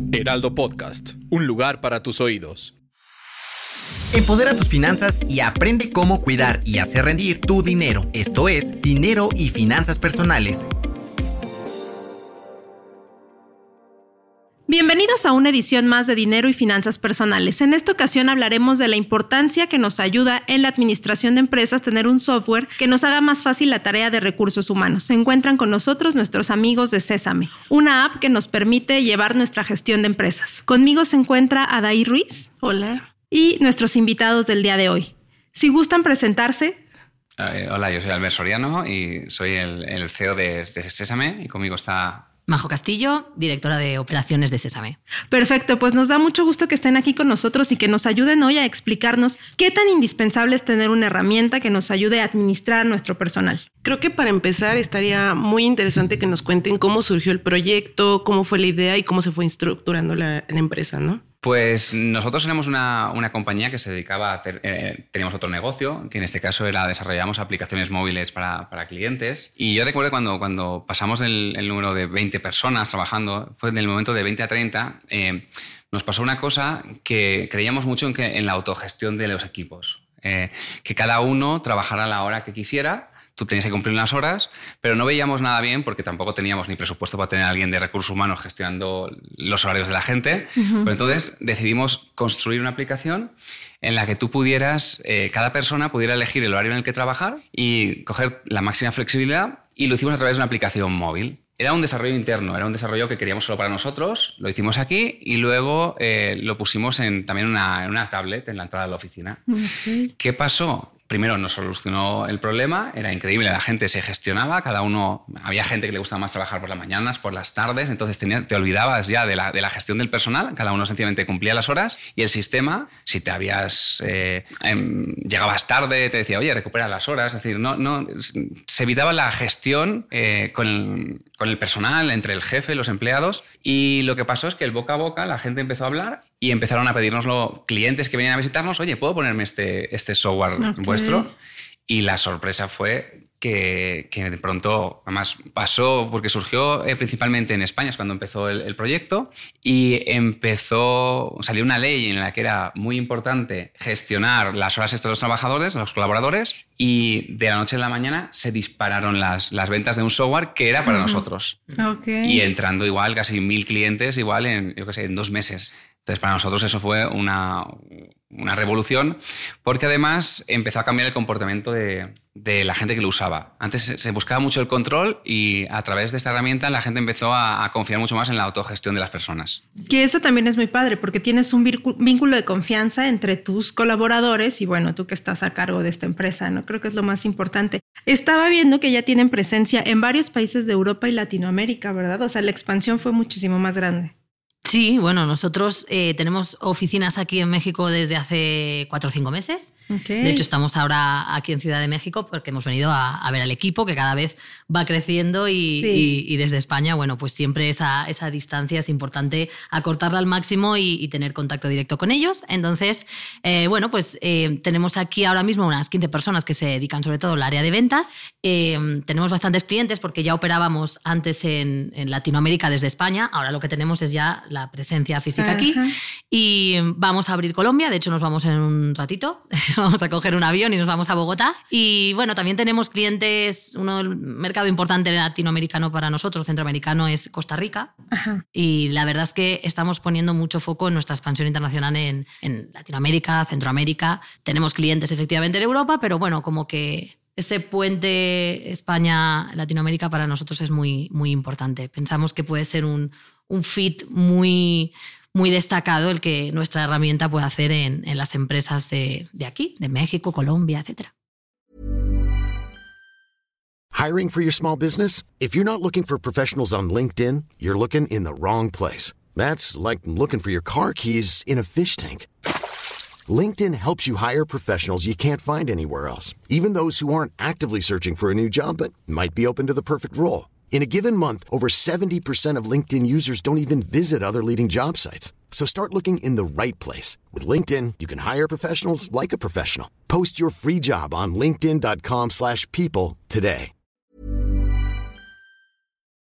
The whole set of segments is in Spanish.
Heraldo Podcast, un lugar para tus oídos. Empodera tus finanzas y aprende cómo cuidar y hacer rendir tu dinero. Esto es Dinero y Finanzas Personales. Bienvenidos a una edición más de Dinero y Finanzas Personales. En esta ocasión hablaremos de la importancia que nos ayuda en la administración de empresas tener un software que nos haga más fácil la tarea de recursos humanos. Se encuentran con nosotros nuestros amigos de Sésame, una app que nos permite llevar nuestra gestión de empresas. Conmigo se encuentra Adair Ruiz. Hola. Y nuestros invitados del día de hoy. Si gustan presentarse. Hola, yo soy Albert Soriano y soy el CEO de Sésame y conmigo está Majo Castillo, directora de operaciones de Sésame. Perfecto, pues nos da mucho gusto que estén aquí con nosotros y que nos ayuden hoy a explicarnos qué tan indispensable es tener una herramienta que nos ayude a administrar nuestro personal. Creo que para empezar estaría muy interesante que nos cuenten cómo surgió el proyecto, cómo fue la idea y cómo se fue estructurando la empresa, ¿no? Pues nosotros éramos una compañía que se dedicaba a hacer, teníamos otro negocio, que en este caso desarrollábamos aplicaciones móviles para clientes. Y yo recuerdo cuando pasamos el número de 20 personas trabajando, fue en el momento de 20 a 30, nos pasó una cosa que creíamos mucho en la autogestión de los equipos. Que cada uno trabajara a la hora que quisiera. Tú tenías que cumplir unas horas, pero no veíamos nada bien porque tampoco teníamos ni presupuesto para tener a alguien de recursos humanos gestionando los horarios de la gente. Uh-huh. Pero entonces decidimos construir una aplicación en la que tú pudieras, cada persona pudiera elegir el horario en el que trabajar y coger la máxima flexibilidad, y lo hicimos a través de una aplicación móvil. Era un desarrollo interno, era un desarrollo que queríamos solo para nosotros, lo hicimos aquí y luego lo pusimos también en una tablet en la entrada de la oficina. Uh-huh. ¿Qué pasó? Primero nos solucionó el problema, era increíble, la gente se gestionaba, cada uno, había gente que le gustaba más trabajar por las mañanas, por las tardes, entonces te olvidabas ya de la gestión del personal, cada uno sencillamente cumplía las horas y el sistema, si te llegabas tarde, te decía, oye, recupera las horas, es decir, no, se evitaba la gestión con el personal, entre el jefe y los empleados, y lo que pasó es que el boca a boca la gente empezó a hablar y empezaron a pedírnoslo clientes que venían a visitarnos, oye, ¿puedo ponerme este software vuestro? Y la sorpresa fue que de pronto, además pasó porque surgió principalmente en España, es cuando empezó el proyecto, y salió una ley en la que era muy importante gestionar las horas extra de los trabajadores, de los colaboradores, y de la noche a la mañana se dispararon las ventas de un software que era para nosotros. Okay. Y entrando igual casi 1.000 clientes igual en 2 meses. Entonces, para nosotros eso fue una revolución, porque además empezó a cambiar el comportamiento de la gente que lo usaba. Antes se buscaba mucho el control y a través de esta herramienta la gente empezó a confiar mucho más en la autogestión de las personas. Que eso también es muy padre, porque tienes un vínculo de confianza entre tus colaboradores y, bueno, tú que estás a cargo de esta empresa, ¿no? Creo que es lo más importante. Estaba viendo que ya tienen presencia en varios países de Europa y Latinoamérica, ¿verdad? O sea, la expansión fue muchísimo más grande. Sí, bueno, nosotros tenemos oficinas aquí en México desde hace 4 o 5 meses. Okay. De hecho, estamos ahora aquí en Ciudad de México porque hemos venido a ver al equipo que cada vez va creciendo y desde España, bueno, pues siempre esa distancia es importante acortarla al máximo y tener contacto directo con ellos. Entonces, bueno, pues tenemos aquí ahora mismo unas 15 personas que se dedican sobre todo al área de ventas. Tenemos bastantes clientes porque ya operábamos antes en Latinoamérica desde España. Ahora lo que tenemos es ya la presencia física aquí. Y vamos a abrir Colombia, de hecho nos vamos en un ratito, vamos a coger un avión y nos vamos a Bogotá. Y bueno, también tenemos clientes, un mercado importante latinoamericano para nosotros, centroamericano, es Costa Rica. Ajá. Y la verdad es que estamos poniendo mucho foco en nuestra expansión internacional en Latinoamérica, Centroamérica. Tenemos clientes efectivamente en Europa, pero bueno, como que ese puente España-Latinoamérica para nosotros es muy, muy importante. Pensamos que puede ser un fit muy, muy destacado el que nuestra herramienta puede hacer en las empresas de aquí, de México, Colombia, etc. Hiring for your small business? If you're not looking for professionals on LinkedIn, you're looking in the wrong place. That's like looking for your car keys in a fish tank. LinkedIn helps you hire professionals you can't find anywhere else, even those who aren't actively searching for a new job but might be open to the perfect role. In a given month, over 70% of LinkedIn users don't even visit other leading job sites. So start looking in the right place. With LinkedIn, you can hire professionals like a professional. Post your free job on linkedin.com/people today.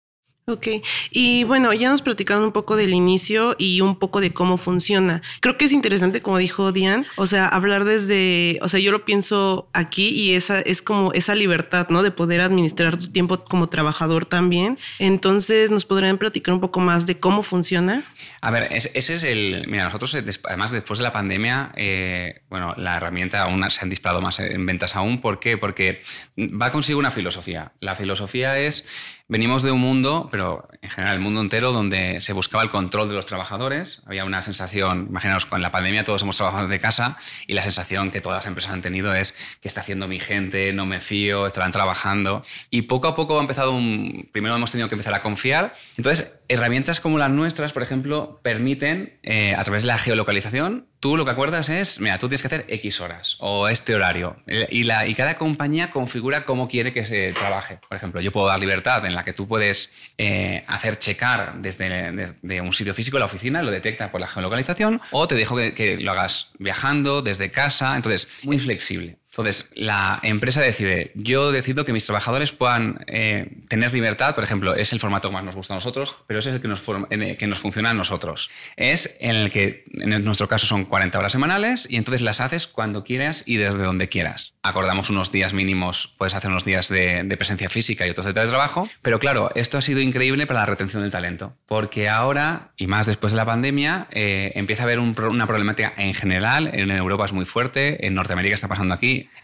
Ok, y bueno, ya nos platicaron un poco del inicio y un poco de cómo funciona. Creo que es interesante, como dijo Diane, o sea, hablar desde, o sea, yo lo pienso aquí y esa es como esa libertad, ¿no? De poder administrar tu tiempo como trabajador también. Entonces, ¿nos podrían platicar un poco más de cómo funciona? A ver, ese es el... Mira, nosotros, además, después de la pandemia, bueno, la herramienta aún se han disparado más en ventas aún. ¿Por qué? Porque va consigo una filosofía. La filosofía es... Venimos de un mundo, pero en general el mundo entero, donde se buscaba el control de los trabajadores. Había una sensación, imaginaos, con la pandemia todos hemos trabajado desde casa y la sensación que todas las empresas han tenido es ¿qué está haciendo mi gente? No me fío, estarán trabajando. Y poco a poco ha empezado primero hemos tenido que empezar a confiar. Entonces, herramientas como las nuestras, por ejemplo, permiten, a través de la geolocalización, tú lo que acuerdas es, mira, tú tienes que hacer X horas o este horario. Y cada compañía configura cómo quiere que se trabaje. Por ejemplo, yo puedo dar libertad en la que tú puedes hacer checar desde un sitio físico, la oficina, lo detecta por la geolocalización, o te dejo que lo hagas viajando desde casa. Entonces, muy flexible. Entonces, la empresa decide, yo decido que mis trabajadores puedan tener libertad, por ejemplo, es el formato que más nos gusta a nosotros, pero ese es el que nos funciona a nosotros. Es en el que, en nuestro caso, son 40 horas semanales y entonces las haces cuando quieras y desde donde quieras. Acordamos unos días mínimos, puedes hacer unos días de presencia física y otros de teletrabajo, pero claro, esto ha sido increíble para la retención del talento, porque ahora, y más después de la pandemia, empieza a haber una problemática en general, en Europa es muy fuerte, en Norteamérica está pasando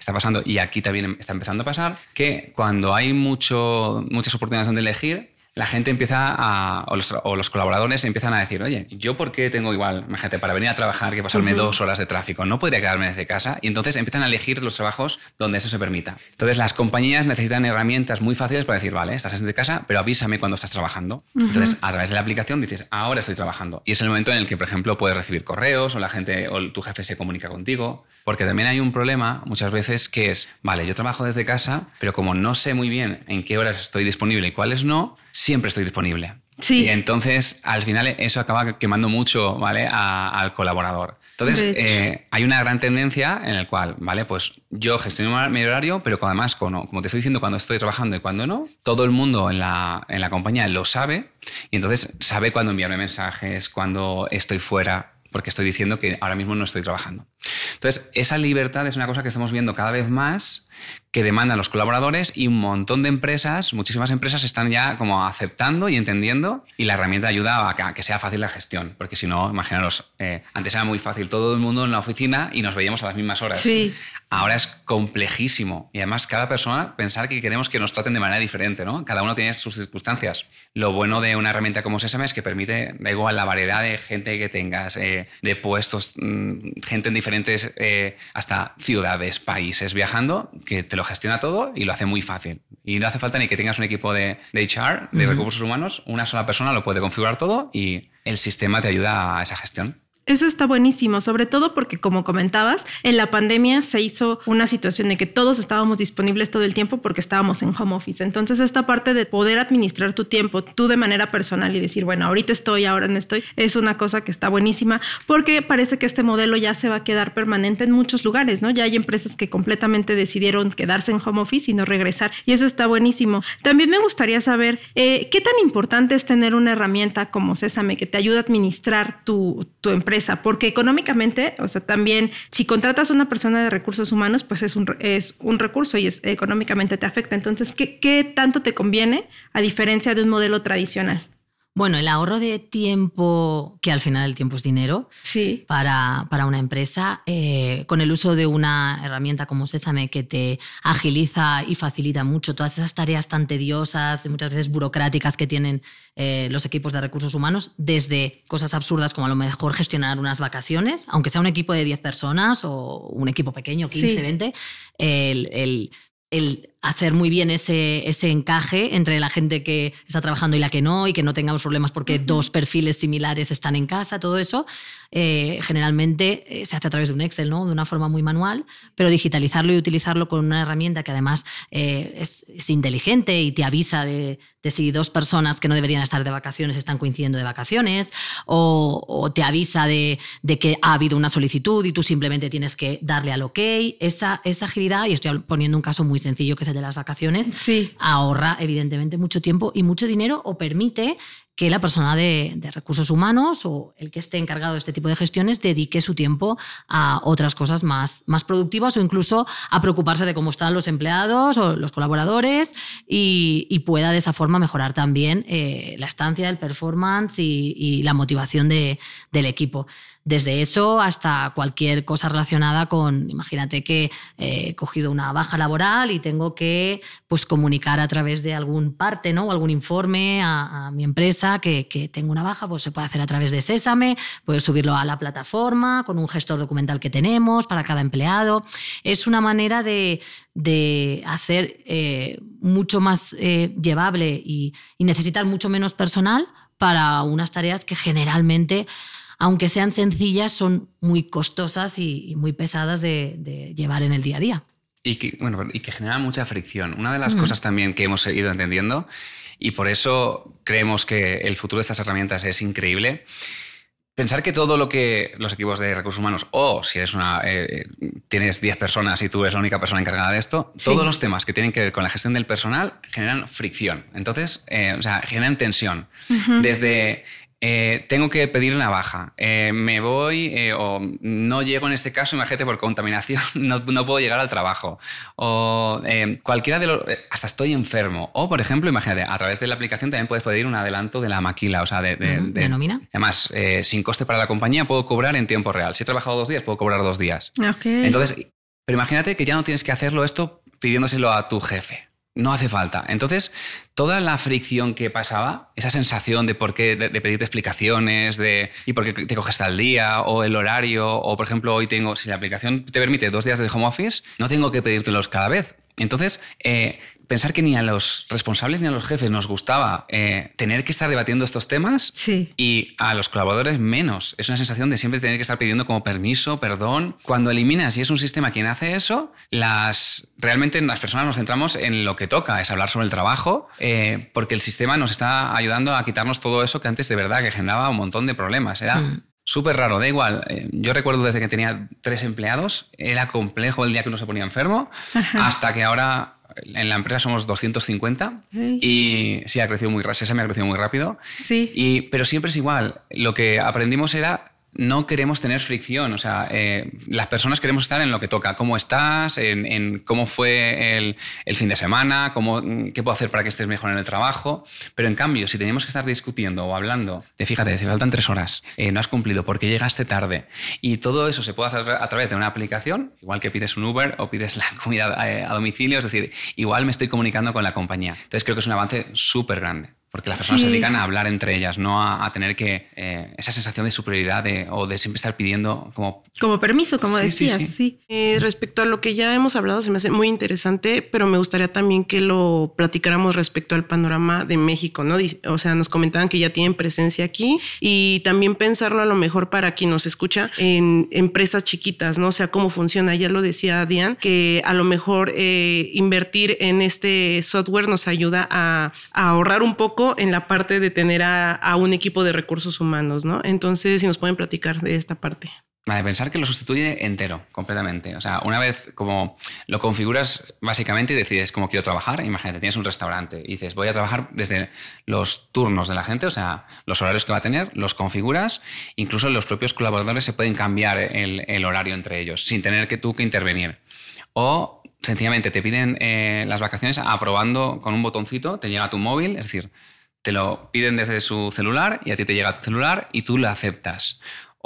y aquí también está empezando a pasar, que cuando hay muchas oportunidades donde elegir, la gente empieza o los colaboradores empiezan a decir, oye, ¿yo por qué tengo igual, imagínate, para venir a trabajar que pasarme 2 horas de tráfico? ¿No podría quedarme desde casa? Y entonces empiezan a elegir los trabajos donde eso se permita. Entonces las compañías necesitan herramientas muy fáciles para decir, vale, estás desde casa, pero avísame cuando estás trabajando. Entonces a través de la aplicación dices, ahora estoy trabajando. Y es el momento en el que, por ejemplo, puedes recibir correos o la gente o tu jefe se comunica contigo. Porque también hay un problema muchas veces que es, vale, yo trabajo desde casa, pero como no sé muy bien en qué horas estoy disponible y cuáles no, siempre estoy disponible. Sí. Y entonces, al final, eso acaba quemando mucho, ¿vale? al colaborador. Entonces, hay una gran tendencia en la cual, ¿vale? Pues yo gestiono mi horario, pero además, como te estoy diciendo, cuando estoy trabajando y cuando no, todo el mundo en la compañía lo sabe y entonces sabe cuándo enviarme mensajes, cuándo estoy fuera, porque estoy diciendo que ahora mismo no estoy trabajando. Entonces, esa libertad es una cosa que estamos viendo cada vez más que demandan los colaboradores y un montón de empresas, muchísimas empresas están ya como aceptando y entendiendo y la herramienta ayuda a que sea fácil la gestión, porque si no, imaginaros, antes era muy fácil, todo el mundo en la oficina y nos veíamos a las mismas horas. Sí. Ahora es complejísimo y además cada persona pensar que queremos que nos traten de manera diferente, ¿no? Cada uno tiene sus circunstancias. Lo bueno de una herramienta como Sésame es que permite, da igual la variedad de gente que tengas, de puestos, gente en diferentes, hasta ciudades, países, viajando, que te lo gestiona todo y lo hace muy fácil. Y no hace falta ni que tengas un equipo de HR, de recursos humanos, una sola persona lo puede configurar todo y el sistema te ayuda a esa gestión. Eso está buenísimo, sobre todo porque, como comentabas, en la pandemia se hizo una situación de que todos estábamos disponibles todo el tiempo porque estábamos en home office. Entonces, esta parte de poder administrar tu tiempo tú de manera personal y decir, bueno, ahorita estoy, ahora no estoy, es una cosa que está buenísima porque parece que este modelo ya se va a quedar permanente en muchos lugares, ¿no? Ya hay empresas que completamente decidieron quedarse en home office y no regresar y eso está buenísimo. También me gustaría saber qué tan importante es tener una herramienta como Sésame que te ayuda a administrar tu empresa. Porque económicamente, o sea, también si contratas a una persona de recursos humanos, pues es un recurso y económicamente te afecta. Entonces, ¿qué tanto te conviene a diferencia de un modelo tradicional? Bueno, el ahorro de tiempo, que al final el tiempo es dinero, sí, para una empresa, con el uso de una herramienta como Sésame que te agiliza y facilita mucho todas esas tareas tan tediosas y muchas veces burocráticas que tienen los equipos de recursos humanos, desde cosas absurdas como a lo mejor gestionar unas vacaciones, aunque sea un equipo de 10 personas o un equipo pequeño, 15, sí. 20, el hacer muy bien ese encaje entre la gente que está trabajando y la que no, y que no tengamos problemas porque dos perfiles similares están en casa, todo eso generalmente se hace a través de un Excel, ¿no? De una forma muy manual, pero digitalizarlo y utilizarlo con una herramienta que además es inteligente y te avisa de si 2 personas que no deberían estar de vacaciones están coincidiendo de vacaciones, o te avisa de que ha habido una solicitud y tú simplemente tienes que darle al OK. Esa agilidad, y estoy poniendo un caso muy sencillo que es de las vacaciones, sí, ahorra evidentemente mucho tiempo y mucho dinero, o permite que la persona de recursos humanos o el que esté encargado de este tipo de gestiones dedique su tiempo a otras cosas más productivas, o incluso a preocuparse de cómo están los empleados o los colaboradores, y pueda de esa forma mejorar también la estancia, el performance y la motivación del equipo. Desde eso hasta cualquier cosa relacionada con, imagínate que he cogido una baja laboral y tengo que pues, comunicar a través de algún parte, ¿no? O algún informe a mi empresa que tengo una baja, pues se puede hacer a través de Sésame, puedes subirlo a la plataforma con un gestor documental que tenemos para cada empleado. Es una manera de hacer mucho más llevable y necesitar mucho menos personal para unas tareas que generalmente, aunque sean sencillas, son muy costosas y muy pesadas de llevar en el día a día. Y que generan mucha fricción. Una de las cosas también que hemos ido entendiendo, y por eso creemos que el futuro de estas herramientas es increíble, pensar que todo lo que los equipos de recursos humanos, o si eres tienes 10 personas y tú eres la única persona encargada de esto, sí, todos los temas que tienen que ver con la gestión del personal generan fricción. Entonces, generan tensión. Desde tengo que pedir una baja, me voy o no llego en este caso, imagínate, por contaminación, no puedo llegar al trabajo, o cualquiera de los... hasta estoy enfermo. O, por ejemplo, imagínate, a través de la aplicación también puedes pedir un adelanto de la maquila, o sea, ¿de nómina? Además, sin coste para la compañía, puedo cobrar en tiempo real. Si he trabajado 2 días, puedo cobrar 2 días. Okay. Entonces, pero imagínate que ya no tienes que hacerlo esto pidiéndoselo a tu jefe. No hace falta. Entonces, toda la fricción que pasaba, esa sensación de por qué, de pedirte explicaciones, y por qué te coges tal día, o el horario, o por ejemplo, hoy si la aplicación te permite 2 días de home office, no tengo que pedírtelos cada vez. Entonces, pensar que ni a los responsables ni a los jefes nos gustaba tener que estar debatiendo estos temas, sí, y a los colaboradores menos. Es una sensación de siempre tener que estar pidiendo como permiso, perdón. Cuando eliminas y es un sistema quien hace eso, realmente las personas nos centramos en lo que toca, es hablar sobre el trabajo, porque el sistema nos está ayudando a quitarnos todo eso que antes de verdad que generaba un montón de problemas. Era súper raro, da igual. Yo recuerdo desde que tenía 3 empleados, era complejo el día que uno se ponía enfermo, hasta que ahora en la empresa somos 250 y sí, ha crecido muy rápido, me ha crecido muy rápido. Sí. Pero siempre es igual. Lo que aprendimos era no queremos tener fricción, o sea, las personas queremos estar en lo que toca, cómo estás, en cómo fue el fin de semana, qué puedo hacer para que estés mejor en el trabajo, pero en cambio, si tenemos que estar discutiendo o hablando de, fíjate, si faltan 3 horas, no has cumplido, ¿por qué llegaste tarde? Y todo eso se puede hacer a través de una aplicación, igual que pides un Uber o pides la comida a domicilio, es decir, igual me estoy comunicando con la compañía. Entonces creo que es un avance súper grande. Porque las personas se dedican a hablar entre ellas, no a tener que esa sensación de superioridad o de siempre estar pidiendo como permiso, como decías. Sí. Respecto a lo que ya hemos hablado, se me hace muy interesante, pero me gustaría también que lo platicáramos respecto al panorama de México, ¿no? O sea, nos comentaban que ya tienen presencia aquí y también pensarlo a lo mejor para quien nos escucha en empresas chiquitas, ¿no? O sea, cómo funciona. Ya lo decía Diane, que a lo mejor invertir en este software nos ayuda a ahorrar un poco en la parte de tener a un equipo de recursos humanos, ¿no? Entonces, si nos pueden platicar de esta parte. Vale, pensar que lo sustituye entero, completamente. O sea, una vez como lo configuras básicamente y decides cómo quiero trabajar, imagínate, tienes un restaurante y dices, voy a trabajar desde los turnos de la gente, o sea, los horarios que va a tener, los configuras, incluso los propios colaboradores se pueden cambiar el horario entre ellos sin tener que tú que intervenir. O sencillamente te piden las vacaciones aprobando con un botoncito, te llega a tu móvil, es decir, te lo piden desde su celular y a ti te llega a tu celular y tú lo aceptas.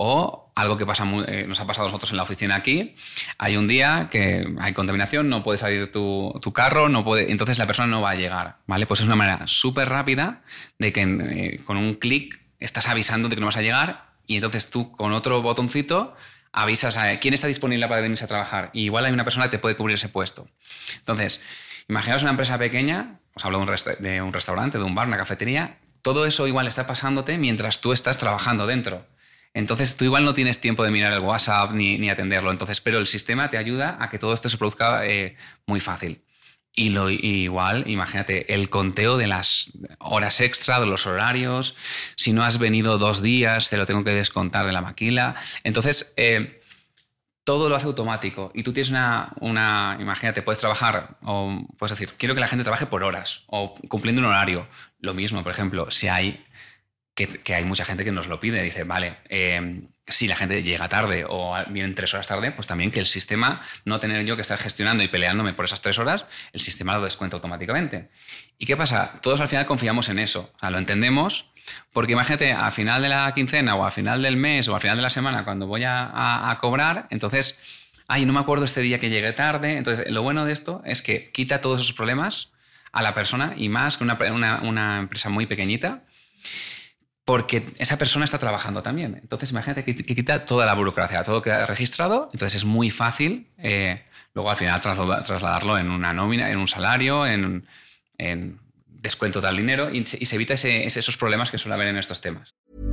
O algo que nos ha pasado a nosotros en la oficina aquí, hay un día que hay contaminación, no puede salir tu carro, entonces la persona no va a llegar, ¿vale? Pues es una manera súper rápida de que con un clic estás avisando de que no vas a llegar y entonces tú con otro botoncito avisas a quién está disponible para venirse a trabajar y igual hay una persona que te puede cubrir ese puesto. Entonces, imaginaos una empresa pequeña, os hablo de un restaurante, de un bar, una cafetería, todo eso igual está pasándote mientras tú estás trabajando dentro. Entonces tú igual no tienes tiempo de mirar el WhatsApp ni atenderlo, pero el sistema te ayuda a que todo esto se produzca muy fácil. Y igual, imagínate, el conteo de las horas extra, de los horarios, si no has venido 2 días, te lo tengo que descontar de la maquila. Entonces, todo lo hace automático y tú tienes imagínate, puedes trabajar o puedes decir, quiero que la gente trabaje por horas o cumpliendo un horario. Lo mismo, por ejemplo, si hay mucha gente que nos lo pide, dice, vale, si la gente llega tarde o vienen 3 horas tarde, pues también que el sistema, no tener yo que estar gestionando y peleándome por esas 3 horas, el sistema lo descuenta automáticamente. ¿Y qué pasa? Todos al final confiamos en eso, o sea, lo entendemos, porque imagínate, a final de la quincena o a final del mes o a final de la semana, cuando voy a cobrar, entonces, no me acuerdo este día que llegué tarde. Entonces, lo bueno de esto es que quita todos esos problemas a la persona, y más que una empresa muy pequeñita, porque esa persona está trabajando también. Entonces, imagínate que quita toda la burocracia, todo queda registrado, entonces es muy fácil luego al final trasladarlo en una nómina, en un salario, en descuento tal dinero, y se evita esos problemas que suele haber en estos temas.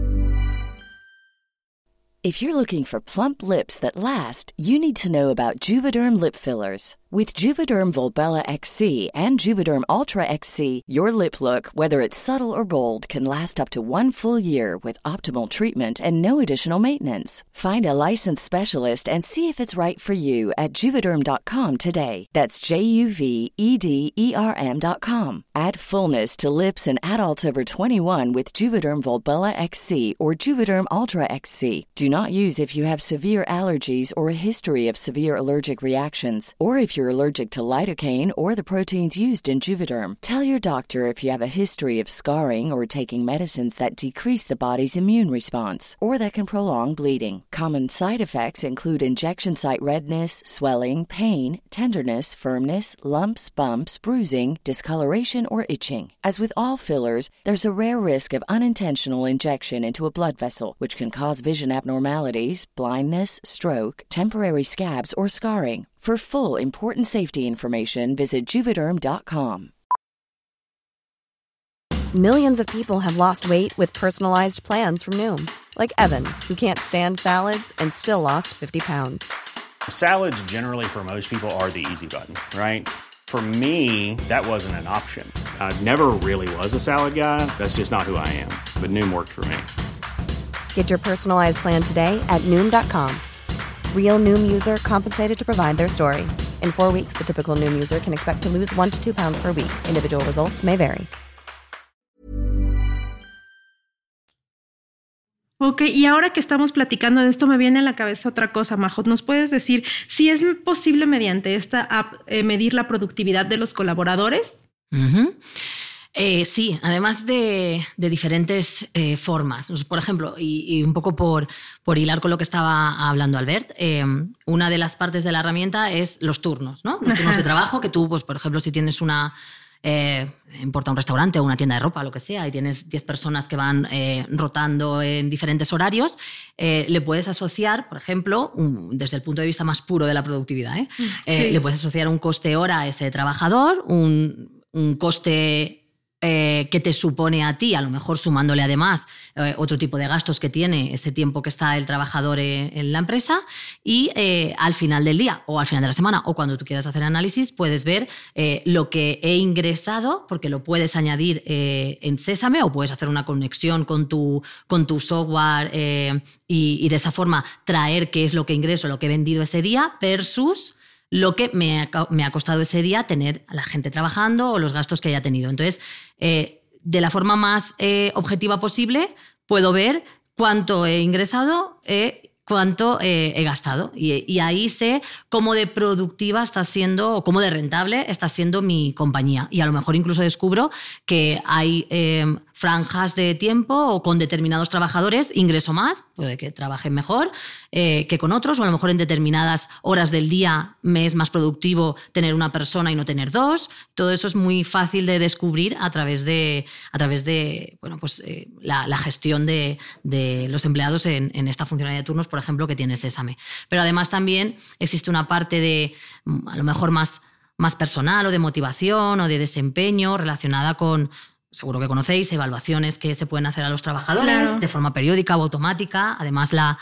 If you're looking for plump lips that last, you need to know about Juvederm lip fillers. With Juvederm Volbella XC and Juvederm Ultra XC, your lip look, whether it's subtle or bold, can last up to 1 full year with optimal treatment and no additional maintenance. Find a licensed specialist and see if it's right for you at Juvederm.com today. That's JUVEDERM.com. Add fullness to lips in adults over 21 with Juvederm Volbella XC or Juvederm Ultra XC. Do not use if you have severe allergies or a history of severe allergic reactions, or if you're allergic to lidocaine or the proteins used in Juvederm. Tell your doctor if you have a history of scarring or taking medicines that decrease the body's immune response or that can prolong bleeding. Common side effects include injection site redness, swelling, pain, tenderness, firmness, lumps, bumps, bruising, discoloration, or itching. As with all fillers, there's a rare risk of unintentional injection into a blood vessel, which can cause vision abnormalities, blindness, stroke, temporary scabs, or scarring. For full, important safety information, visit Juvederm.com. Millions of people have lost weight with personalized plans from Noom. Like Evan, who can't stand salads and still lost 50 pounds. Salads generally for most people are the easy button, right? For me, that wasn't an option. I never really was a salad guy. That's just not who I am. But Noom worked for me. Get your personalized plan today at Noom.com. Real Noom user compensated to provide their story. In 4 weeks, the typical Noom user can expect to lose 1 to 2 pounds per week. Individual results may vary. Ok, y ahora que estamos platicando de esto, me viene a la cabeza otra cosa, Majo. ¿Nos puedes decir si es posible mediante esta app medir la productividad de los colaboradores? Uh-huh. Sí, además de diferentes formas. Por ejemplo, y un poco por hilar con lo que estaba hablando Albert, una de las partes de la herramienta es los turnos, ¿no? Los turnos de trabajo que tú, pues, por ejemplo, si tienes importa un restaurante o una tienda de ropa, lo que sea, y tienes 10 personas que van rotando en diferentes horarios, le puedes asociar, por ejemplo, desde el punto de vista más puro de la productividad, sí. Le puedes asociar un coste hora a ese trabajador, un coste que te supone a ti, a lo mejor sumándole además otro tipo de gastos que tiene ese tiempo que está el trabajador en la empresa, y al final del día o al final de la semana o cuando tú quieras hacer análisis puedes ver lo que he ingresado, porque lo puedes añadir en Sésame o puedes hacer una conexión con tu software y de esa forma traer qué es lo que ingreso, lo que he vendido ese día versus lo que me ha costado ese día tener a la gente trabajando o los gastos que haya tenido. Entonces, de la forma más objetiva posible, puedo ver cuánto he ingresado, cuánto he gastado. Y ahí sé cómo de productiva está siendo o cómo de rentable está siendo mi compañía. Y a lo mejor incluso descubro que hay franjas de tiempo o con determinados trabajadores ingreso más, puede que trabajen mejor que con otros, o a lo mejor en determinadas horas del día me es más productivo tener una persona y no tener 2. Todo eso es muy fácil de descubrir a través de bueno, pues, la gestión de los empleados en esta funcionalidad de turnos, por ejemplo, que tiene Sésame. Pero además también existe una parte de, a lo mejor más personal o de motivación o de desempeño relacionada con, seguro que conocéis, evaluaciones que se pueden hacer a los trabajadores, claro, de forma periódica o automática. Además, la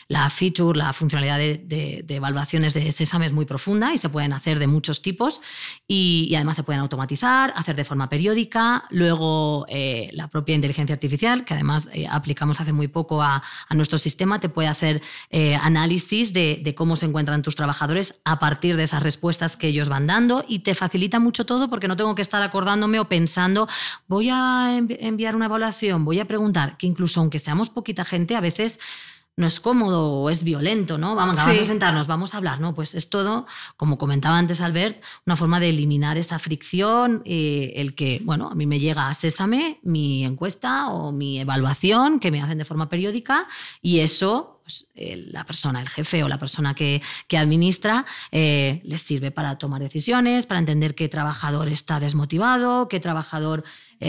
La feature, la funcionalidad de evaluaciones de Sesame es muy profunda y se pueden hacer de muchos tipos y además se pueden automatizar, hacer de forma periódica. Luego la propia inteligencia artificial, que además aplicamos hace muy poco a nuestro sistema, te puede hacer análisis de cómo se encuentran tus trabajadores a partir de esas respuestas que ellos van dando y te facilita mucho todo porque no tengo que estar acordándome o pensando voy a enviar una evaluación, voy a preguntar, que incluso aunque seamos poquita gente, a veces no es cómodo o es violento, ¿no? Vamos a sentarnos, vamos a hablar, ¿no? Pues es todo, como comentaba antes Albert, una forma de eliminar esa fricción, el que, bueno, a mí me llega a Sésame mi encuesta o mi evaluación que me hacen de forma periódica y eso, pues, la persona, el jefe o la persona que administra, les sirve para tomar decisiones, para entender qué trabajador está desmotivado, qué trabajador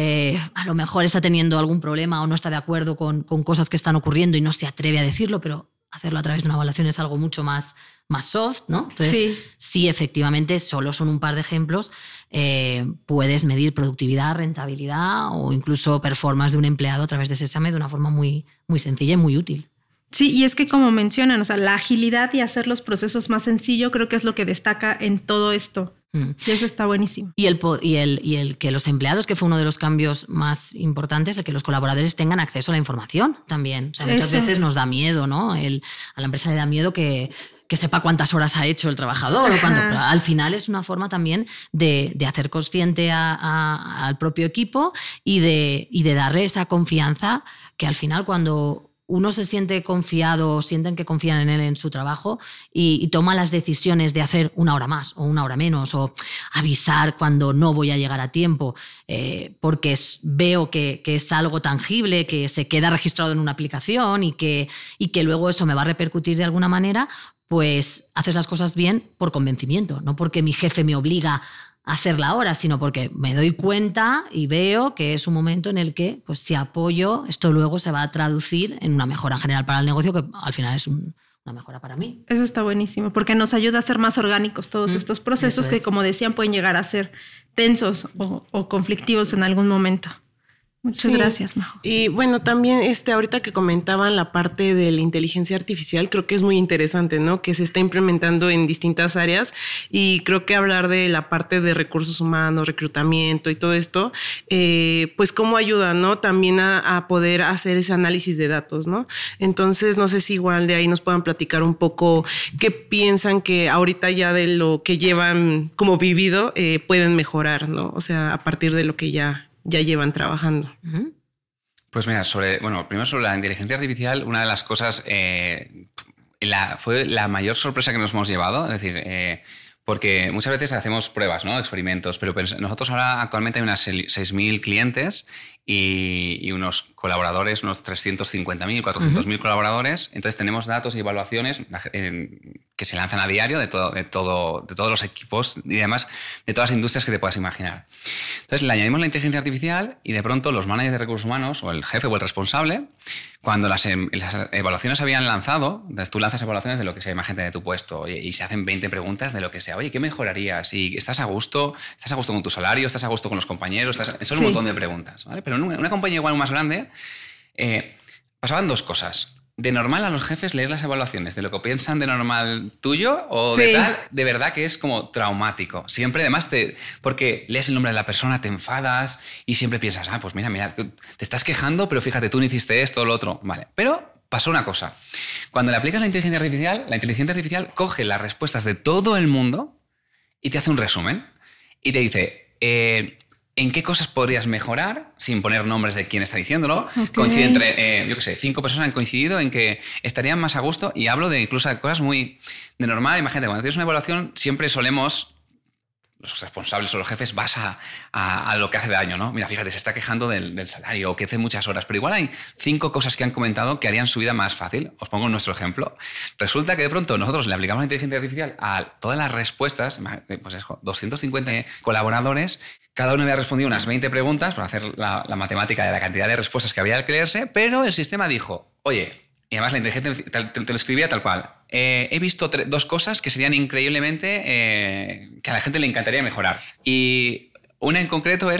a lo mejor está teniendo algún problema o no está de acuerdo con cosas que están ocurriendo y no se atreve a decirlo, pero hacerlo a través de una evaluación es algo mucho más soft, ¿no? Entonces, sí, efectivamente, solo son un par de ejemplos. Puedes medir productividad, rentabilidad o incluso performance de un empleado a través de Sesame de una forma muy, muy sencilla y muy útil. Sí, y es que como mencionan, o sea, la agilidad y hacer los procesos más sencillos creo que es lo que destaca en todo esto. Y eso está buenísimo. Y el que los empleados, que fue uno de los cambios más importantes, el que los colaboradores tengan acceso a la información también. O sea, muchas veces nos da miedo, ¿no? A la empresa le da miedo que sepa cuántas horas ha hecho el trabajador o cuánto, pero al final es una forma también de hacer consciente al propio equipo y de darle esa confianza que al final cuando uno se siente confiado, sienten que confían en él en su trabajo y toma las decisiones de hacer una hora más o una hora menos o avisar cuando no voy a llegar a tiempo porque veo que es algo tangible, que se queda registrado en una aplicación y que luego eso me va a repercutir de alguna manera, pues haces las cosas bien por convencimiento, no porque mi jefe me obliga a hacerla ahora, sino porque me doy cuenta y veo que es un momento en el que, pues si apoyo, esto luego se va a traducir en una mejora general para el negocio, que al final es una mejora para mí. Eso está buenísimo, porque nos ayuda a ser más orgánicos todos estos procesos que, como decían, pueden llegar a ser tensos o conflictivos en algún momento. Muchas gracias, Majo. Y bueno, también ahorita que comentaban la parte de la inteligencia artificial, creo que es muy interesante, ¿no? Que se está implementando en distintas áreas y creo que hablar de la parte de recursos humanos, reclutamiento y todo esto, pues cómo ayuda, ¿no? También a poder hacer ese análisis de datos, ¿no? Entonces, no sé si igual de ahí nos puedan platicar un poco qué piensan que ahorita ya de lo que llevan como vivido pueden mejorar, ¿no? O sea, a partir de lo que ya llevan trabajando. Pues mira, primero sobre la inteligencia artificial, una de las cosas fue la mayor sorpresa que nos hemos llevado, es decir, porque muchas veces hacemos pruebas, ¿no? Experimentos, pero nosotros ahora actualmente hay unas 6.000 clientes y unos colaboradores, unos 350.000, 400.000 colaboradores. Entonces tenemos datos y evaluaciones que se lanzan a diario de todos los equipos y además de todas las industrias que te puedas imaginar. Entonces le añadimos la inteligencia artificial y de pronto los managers de recursos humanos o el jefe o el responsable, cuando las evaluaciones habían lanzado, entonces tú lanzas evaluaciones de lo que sea, imagínate de tu puesto y se hacen 20 preguntas de lo que sea. Oye, ¿qué mejorarías? ¿Y estás a gusto con tu salario? ¿Estás a gusto con los compañeros? Son un montón de preguntas, ¿vale? Pero en una compañía igual más grande pasaban dos cosas. De normal a los jefes leer las evaluaciones de lo que piensan de normal tuyo o de tal, de verdad que es como traumático. Siempre, además, porque lees el nombre de la persona, te enfadas y siempre piensas, pues mira, te estás quejando, pero fíjate, tú no hiciste esto o lo otro. Vale, pero pasó una cosa. Cuando le aplicas la inteligencia artificial coge las respuestas de todo el mundo y te hace un resumen y te dice... ¿en qué cosas podrías mejorar sin poner nombres de quién está diciéndolo? Okay. Coincide entre, 5 personas han coincidido en que estarían más a gusto y hablo de incluso de cosas muy de normal. Imagínate, cuando tienes una evaluación siempre solemos, los responsables o los jefes, vas a lo que hace daño, ¿no? Mira, fíjate, se está quejando del salario o que hace muchas horas, pero igual hay 5 cosas que han comentado que harían su vida más fácil. Os pongo nuestro ejemplo. Resulta que de pronto nosotros le aplicamos la inteligencia artificial a todas las respuestas, pues 250 colaboradores. Cada uno había respondido unas 20 preguntas para hacer la matemática de la cantidad de respuestas que había al creerse, pero el sistema dijo, oye, y además la inteligencia te lo escribía tal cual, he visto 2 cosas que serían increíblemente, que a la gente le encantaría mejorar. Y una en concreto era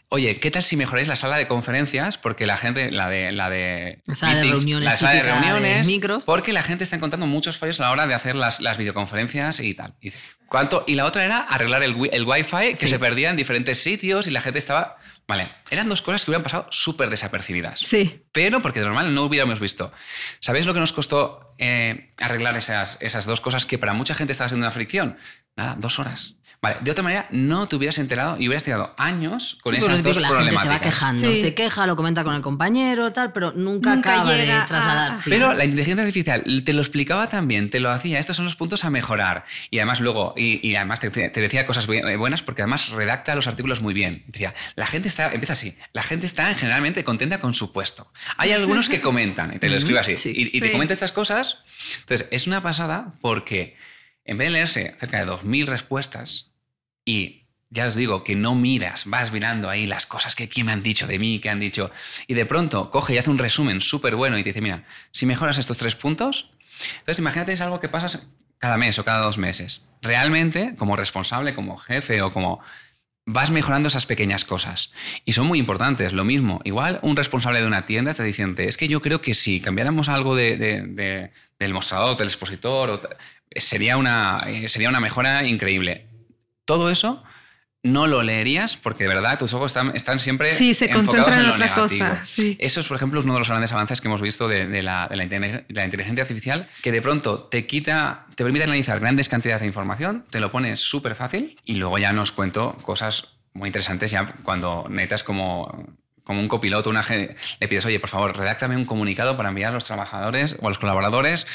oye, ¿qué tal si mejoráis la sala de conferencias? Porque la gente, la de sala de reuniones, la sala de reuniones, micros. porque la gente está encontrando muchos fallos a la hora de hacer las videoconferencias y tal. Y dice, ¿cuánto? Y la otra era arreglar el Wi-Fi que se perdía en diferentes sitios y la gente estaba... Vale, eran 2 cosas que hubieran pasado súper desapercibidas. Sí. Pero porque de normal no hubiéramos visto. ¿Sabéis lo que nos costó arreglar esas 2 cosas que para mucha gente estaba siendo una fricción? Nada, 2 horas. Vale, de otra manera no te hubieras enterado y hubieras tirado años con esas 2 problemáticas. La gente se va quejando, se queja, lo comenta con el compañero, tal, pero nunca acaba de trasladar. Sí. Pero la inteligencia artificial te lo explicaba también, te lo hacía, estos son los puntos a mejorar. Y además luego, y además te decía cosas buenas porque además redacta los artículos muy bien. Decía, empieza así, la gente está generalmente contenta con su puesto. Hay algunos que comentan, y te lo escribe así, y te comenta estas cosas. Entonces, es una pasada porque... En vez de leerse cerca de 2.000 respuestas y ya os digo que no miras, vas mirando ahí las cosas que me han dicho de mí, que han dicho, y de pronto coge y hace un resumen súper bueno y te dice, mira, si mejoras estos 3 puntos, entonces imagínate es algo que pasas cada mes o cada 2 meses. Realmente, como responsable, como jefe o como... vas mejorando esas pequeñas cosas y son muy importantes. Lo mismo, igual un responsable de una tienda está diciendo, es que yo creo que si cambiáramos algo del mostrador, del expositor, sería una mejora increíble. Todo eso no lo leerías porque de verdad tus ojos están siempre enfocados en lo otra negativo. cosa. Sí. Eso es, por ejemplo, uno de los grandes avances que hemos visto de la inteligencia artificial, que de pronto te permite analizar grandes cantidades de información, te lo pone súper fácil y luego ya nos cuento cosas muy interesantes ya cuando necesitas como un copiloto, le pides, oye, por favor, redáctame un comunicado para enviar a los trabajadores o a los colaboradores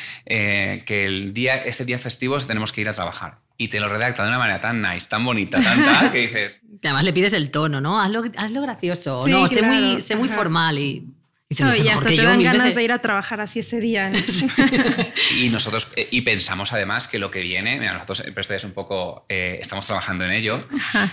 que este día festivo tenemos que ir a trabajar. Y te lo redacta de una manera tan nice, tan bonita, tan tal, que dices... Además le pides el tono, ¿no? Hazlo gracioso. Sí, no, claro. sé muy formal y y hasta te dan ganas de ir a trabajar así ese día, ¿no? Sí. Y nosotros pensamos además que lo que viene, mira, nosotros, pero esto ya es un poco, estamos trabajando en ello,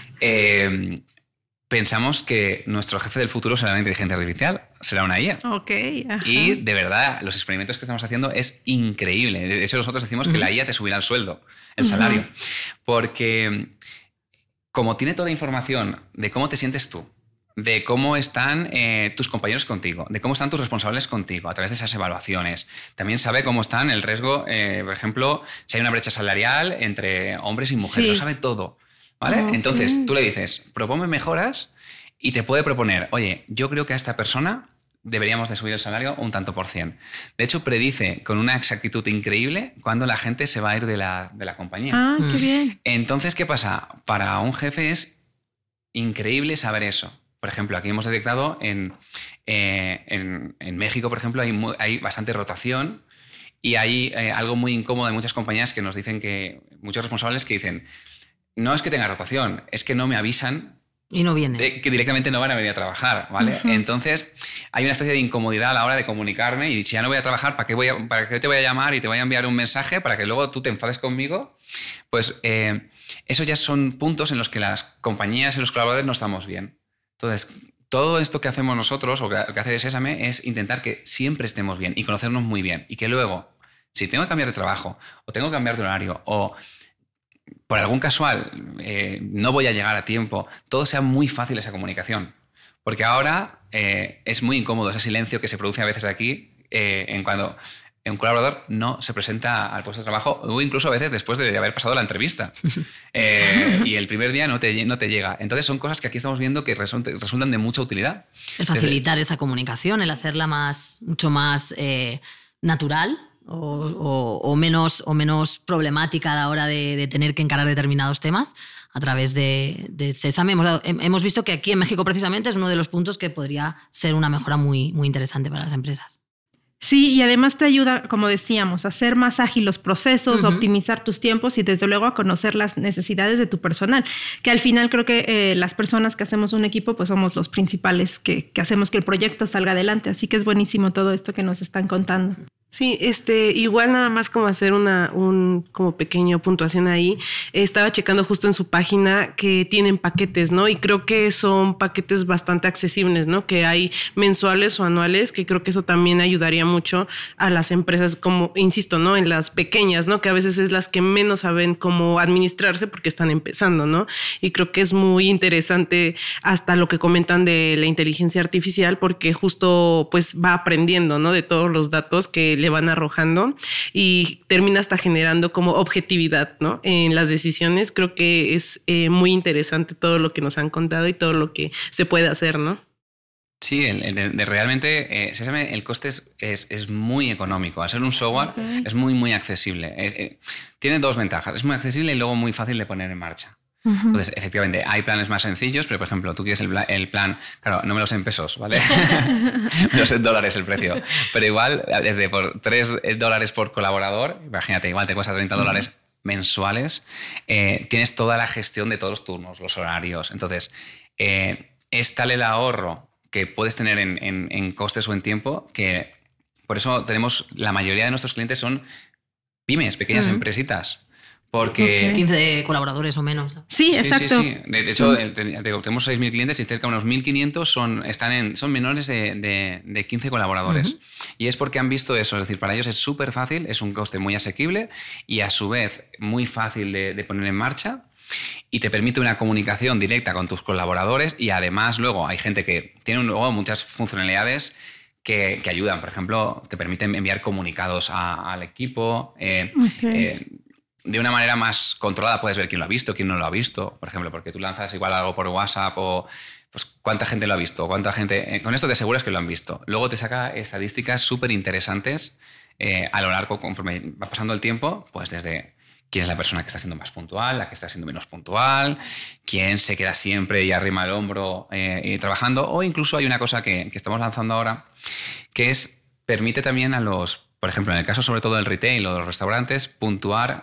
pensamos que nuestro jefe del futuro será una inteligencia artificial, será una IA. Ok. Ajá. Y de verdad, los experimentos que estamos haciendo es increíble. De hecho, nosotros decimos que la IA te subirá el sueldo, el salario, porque como tiene toda la información de cómo te sientes tú, de cómo están tus compañeros contigo, de cómo están tus responsables contigo a través de esas evaluaciones. También sabe cómo están el riesgo, por ejemplo, si hay una brecha salarial entre hombres y mujeres. Lo sabe todo, ¿vale? Entonces, tú le dices, propónme mejoras y te puede proponer, oye, yo creo que a esta persona deberíamos de subir el salario un tanto %. De hecho, predice con una exactitud increíble cuando la gente se va a ir de la compañía. Ah, qué bien. Entonces, ¿qué pasa? Para un jefe es increíble saber eso. Por ejemplo, aquí hemos detectado en México, por ejemplo, hay bastante rotación y hay algo muy incómodo de muchas compañías que nos dicen muchos responsables que dicen, no es que tenga rotación, es que no me avisan y no viene. Que directamente no van a venir a trabajar, ¿vale? Entonces, hay una especie de incomodidad a la hora de comunicarme y si ya no voy a trabajar, ¿para qué te voy a llamar y te voy a enviar un mensaje para que luego tú te enfades conmigo? Pues esos ya son puntos en los que las compañías y los colaboradores no estamos bien. Entonces, todo esto que hacemos nosotros, o que hace Sésame, es intentar que siempre estemos bien y conocernos muy bien. Y que luego, si tengo que cambiar de trabajo, o tengo que cambiar de horario, o por algún casual no voy a llegar a tiempo, todo sea muy fácil esa comunicación. Porque ahora es muy incómodo ese silencio que se produce a veces aquí en cuando un colaborador no se presenta al puesto de trabajo o incluso a veces después de haber pasado la entrevista. Y el primer día no te llega. Entonces son cosas que aquí estamos viendo que resultan de mucha utilidad. El facilitar esa comunicación, el hacerla mucho más natural o menos problemática a la hora de tener que encarar determinados temas a través de Sésame. Hemos visto que aquí en México precisamente es uno de los puntos que podría ser una mejora muy, muy interesante para las empresas. Sí, y además te ayuda, como decíamos, a hacer más ágil los procesos, a optimizar tus tiempos y desde luego a conocer las necesidades de tu personal, que al final creo que las personas que hacemos un equipo pues somos los principales que hacemos que el proyecto salga adelante, así que es buenísimo todo esto que nos están contando. Sí, igual nada más como hacer un como pequeño puntuación ahí. Estaba checando justo en su página que tienen paquetes, ¿no? Y creo que son paquetes bastante accesibles, ¿no? Que hay mensuales o anuales, que creo que eso también ayudaría mucho a las empresas, como, insisto, ¿no? En las pequeñas, ¿no? Que a veces es las que menos saben cómo administrarse porque están empezando, ¿no? Y creo que es muy interesante hasta lo que comentan de la inteligencia artificial, porque justo pues va aprendiendo, ¿no? De todos los datos que le van arrojando y termina hasta generando como objetividad, ¿no? En las decisiones. Creo que es muy interesante todo lo que nos han contado y todo lo que se puede hacer, ¿no? Sí, realmente el coste es muy económico. Al ser un software es muy, muy accesible. Tiene dos ventajas. Es muy accesible y luego muy fácil de poner en marcha. Entonces, efectivamente, hay planes más sencillos, pero, por ejemplo, tú quieres el plan... Claro, no me lo sé en pesos, ¿vale? Me lo sé en dólares el precio. Pero igual, desde por $3 por colaborador, imagínate, igual te cuesta $30 mensuales, tienes toda la gestión de todos los turnos, los horarios. Entonces, es tal el ahorro que puedes tener en costes o en tiempo que... Por eso la mayoría de nuestros clientes son pymes, pequeñas empresitas. Porque 15 colaboradores o menos. Sí, exacto. Sí. De hecho, tenemos 6.000 clientes y cerca de unos 1.500 son menores de 15 colaboradores. Y es porque han visto eso. Es decir, para ellos es súper fácil, es un coste muy asequible y a su vez muy fácil de poner en marcha y te permite una comunicación directa con tus colaboradores y además luego hay gente que tiene luego muchas funcionalidades que ayudan. Por ejemplo, te permiten enviar comunicados al equipo. De una manera más controlada puedes ver quién lo ha visto, quién no lo ha visto, por ejemplo, porque tú lanzas igual algo por WhatsApp o pues cuánta gente lo ha visto, cuánta gente... Con esto te aseguras que lo han visto. Luego te saca estadísticas súper interesantes a lo largo, conforme va pasando el tiempo, pues desde quién es la persona que está siendo más puntual, la que está siendo menos puntual, quién se queda siempre y arrima el hombro trabajando, o incluso hay una cosa que estamos lanzando ahora, que permite también a por ejemplo, en el caso sobre todo del retail o de los restaurantes, puntuar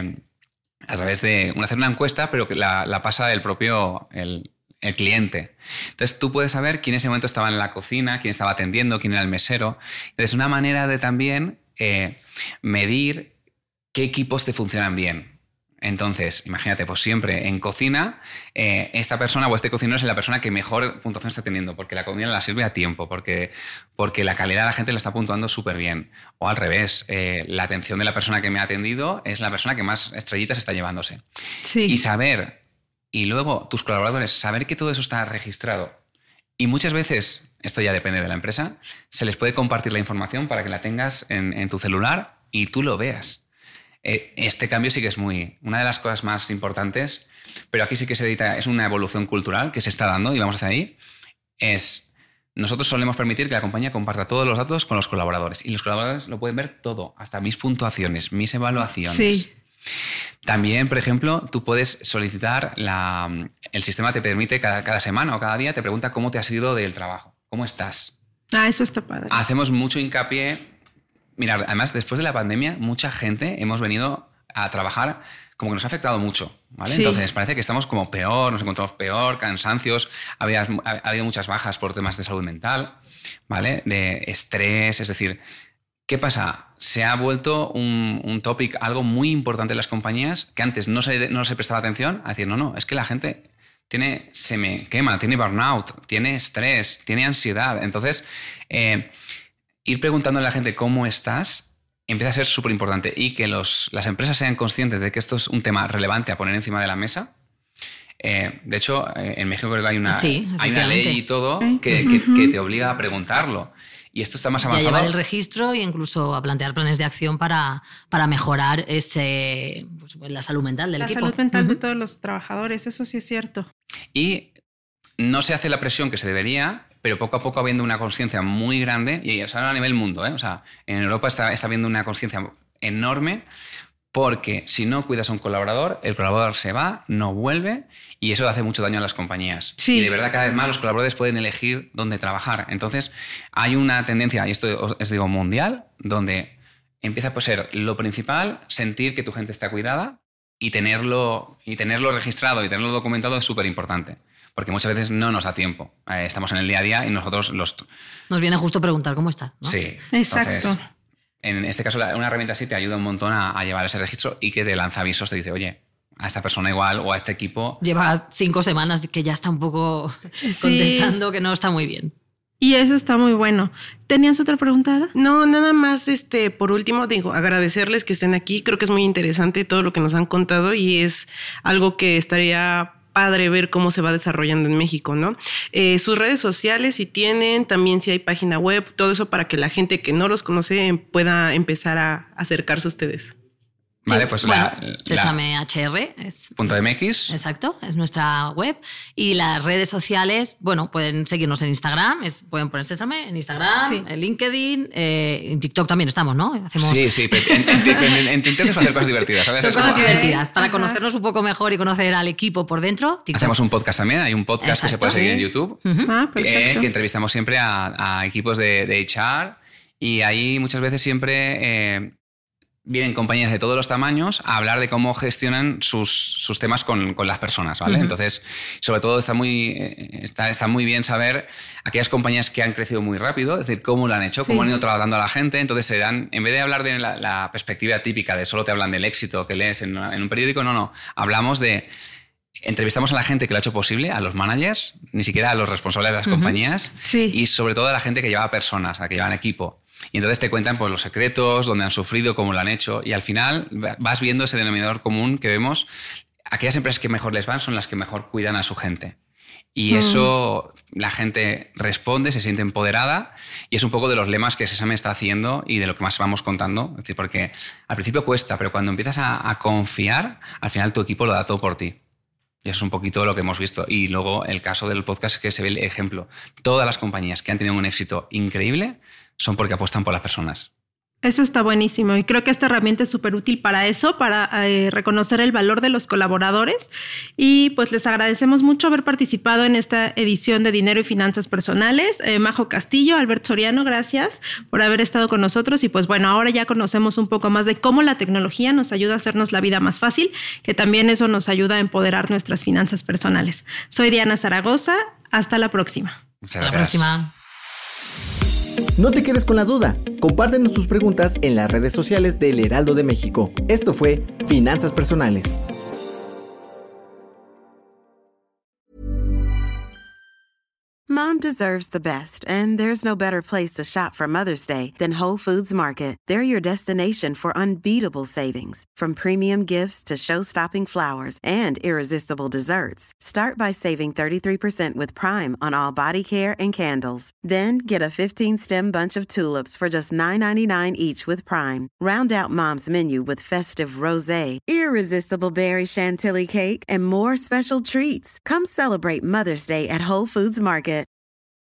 a través de hacer una encuesta, pero que la pasa el propio el cliente. Entonces tú puedes saber quién en ese momento estaba en la cocina, quién estaba atendiendo, quién era el mesero. Entonces una manera de también medir qué equipos te funcionan bien. Entonces, imagínate, pues siempre en cocina, esta persona o este cocinero es la persona que mejor puntuación está teniendo, porque la comida la sirve a tiempo, porque la calidad la gente la está puntuando súper bien. O al revés, la atención de la persona que me ha atendido es la persona que más estrellitas está llevándose. Sí. Y saber, y luego tus colaboradores, saber que todo eso está registrado. Y muchas veces, esto ya depende de la empresa, se les puede compartir la información para que la tengas en tu celular y tú lo veas. Este cambio sí que es una de las cosas más importantes, pero aquí sí que es una evolución cultural que se está dando y vamos hacia ahí. Nosotros solemos permitir que la compañía comparta todos los datos con los colaboradores y los colaboradores lo pueden ver todo, hasta mis puntuaciones, mis evaluaciones. Sí. También, por ejemplo, tú puedes solicitar, el sistema te permite cada semana o cada día te pregunta cómo te has ido del trabajo, cómo estás. Eso está padre. Hacemos mucho hincapié. Mira, además, después de la pandemia, mucha gente hemos venido a trabajar como que nos ha afectado mucho, ¿vale? Sí. Entonces, parece que estamos como peor, nos encontramos peor, cansancios, ha habido muchas bajas por temas de salud mental, ¿vale? De estrés, es decir, ¿qué pasa? Se ha vuelto un topic, algo muy importante en las compañías, que antes no se prestaba atención, a decir, no, es que la gente se me quema, tiene burnout, tiene estrés, tiene ansiedad. Entonces, ir preguntándole a la gente cómo estás empieza a ser súper importante y que las empresas sean conscientes de que esto es un tema relevante a poner encima de la mesa. De hecho, en México creo que hay una ley y todo que te obliga a preguntarlo. Y esto está más avanzado. Y a llevar el registro e incluso a plantear planes de acción para mejorar la salud mental del equipo. La salud mental de todos los trabajadores, eso sí es cierto. Y no se hace la presión que se debería, pero poco a poco habiendo una conciencia muy grande, y a nivel mundo, o sea, en Europa está habiendo una conciencia enorme, porque si no cuidas a un colaborador, el colaborador se va, no vuelve, y eso hace mucho daño a las compañías. Sí. Y de verdad cada vez más los colaboradores pueden elegir dónde trabajar. Entonces hay una tendencia, y esto es digo mundial, donde empieza a ser lo principal, sentir que tu gente está cuidada y tenerlo registrado y tenerlo documentado es súper importante. Porque muchas veces no nos da tiempo. Estamos en el día a día y nosotros nos viene justo preguntar cómo está, ¿no? Sí. Exacto. Entonces, En este caso, una herramienta así te ayuda un montón a llevar ese registro y que te lanza avisos, te dice, oye, a esta persona igual o a este equipo. Lleva 5 semanas que ya está un poco contestando que no está muy bien. Y eso está muy bueno. ¿Tenías otra pregunta, Ada? No, nada más, por último, agradecerles que estén aquí. Creo que es muy interesante todo lo que nos han contado y es algo que estaría padre ver cómo se va desarrollando en México, ¿no? Sus redes sociales, si tienen, también si hay página web, todo eso para que la gente que no los conoce pueda empezar a acercarse a ustedes. Vale, pues Sésame HR es .mx. Exacto, es nuestra web. Y las redes sociales, bueno, pueden seguirnos en Instagram, pueden poner Sésame en Instagram, en LinkedIn, en TikTok también estamos, ¿no? Sí, pero en TikTok es hacer cosas divertidas, ¿sabes? Son cosas divertidas, para conocernos un poco mejor y conocer al equipo por dentro. TikTok. Hacemos un podcast también, hay un podcast que se puede seguir en YouTube, que entrevistamos siempre a equipos de HR y ahí muchas veces siempre... vienen compañías de todos los tamaños a hablar de cómo gestionan sus temas con las personas, ¿vale? Entonces, sobre todo está muy bien saber aquellas compañías que han crecido muy rápido, es decir, cómo lo han hecho, cómo han ido tratando a la gente. Entonces, se dan, en vez de hablar de la perspectiva típica de solo te hablan del éxito que lees en un periódico, no. Hablamos entrevistamos a la gente que lo ha hecho posible, a los managers, ni siquiera a los responsables de las compañías, y sobre todo a la gente que lleva personas, a la que llevan equipo. Y entonces te cuentan pues, los secretos, dónde han sufrido, cómo lo han hecho. Y al final vas viendo ese denominador común que vemos. Aquellas empresas que mejor les van son las que mejor cuidan a su gente. Y eso la gente responde, se siente empoderada. Y es un poco de los lemas que Sésame está haciendo y de lo que más vamos contando. Es decir, porque al principio cuesta, pero cuando empiezas a confiar, al final tu equipo lo da todo por ti. Y eso es un poquito lo que hemos visto. Y luego el caso del podcast es que se ve el ejemplo. Todas las compañías que han tenido un éxito increíble son porque apuestan por las personas. Eso está buenísimo y creo que esta herramienta es súper útil para eso, para reconocer el valor de los colaboradores y pues les agradecemos mucho haber participado en esta edición de Dinero y Finanzas Personales. Majo Castillo, Albert Soriano, gracias por haber estado con nosotros y pues bueno, ahora ya conocemos un poco más de cómo la tecnología nos ayuda a hacernos la vida más fácil, que también eso nos ayuda a empoderar nuestras finanzas personales. Soy Diana Zaragoza, hasta la próxima. Muchas gracias. Hasta la próxima. No te quedes con la duda. Compártenos tus preguntas en las redes sociales del Heraldo de México. Esto fue Finanzas Personales. Mom deserves the best, and there's no better place to shop for Mother's Day than Whole Foods Market. They're your destination for unbeatable savings, from premium gifts to show-stopping flowers and irresistible desserts. Start by saving 33% with Prime on all body care and candles. Then get a 15-stem bunch of tulips for just $9.99 each with Prime. Round out Mom's menu with festive rosé, irresistible berry chantilly cake, and more special treats. Come celebrate Mother's Day at Whole Foods Market.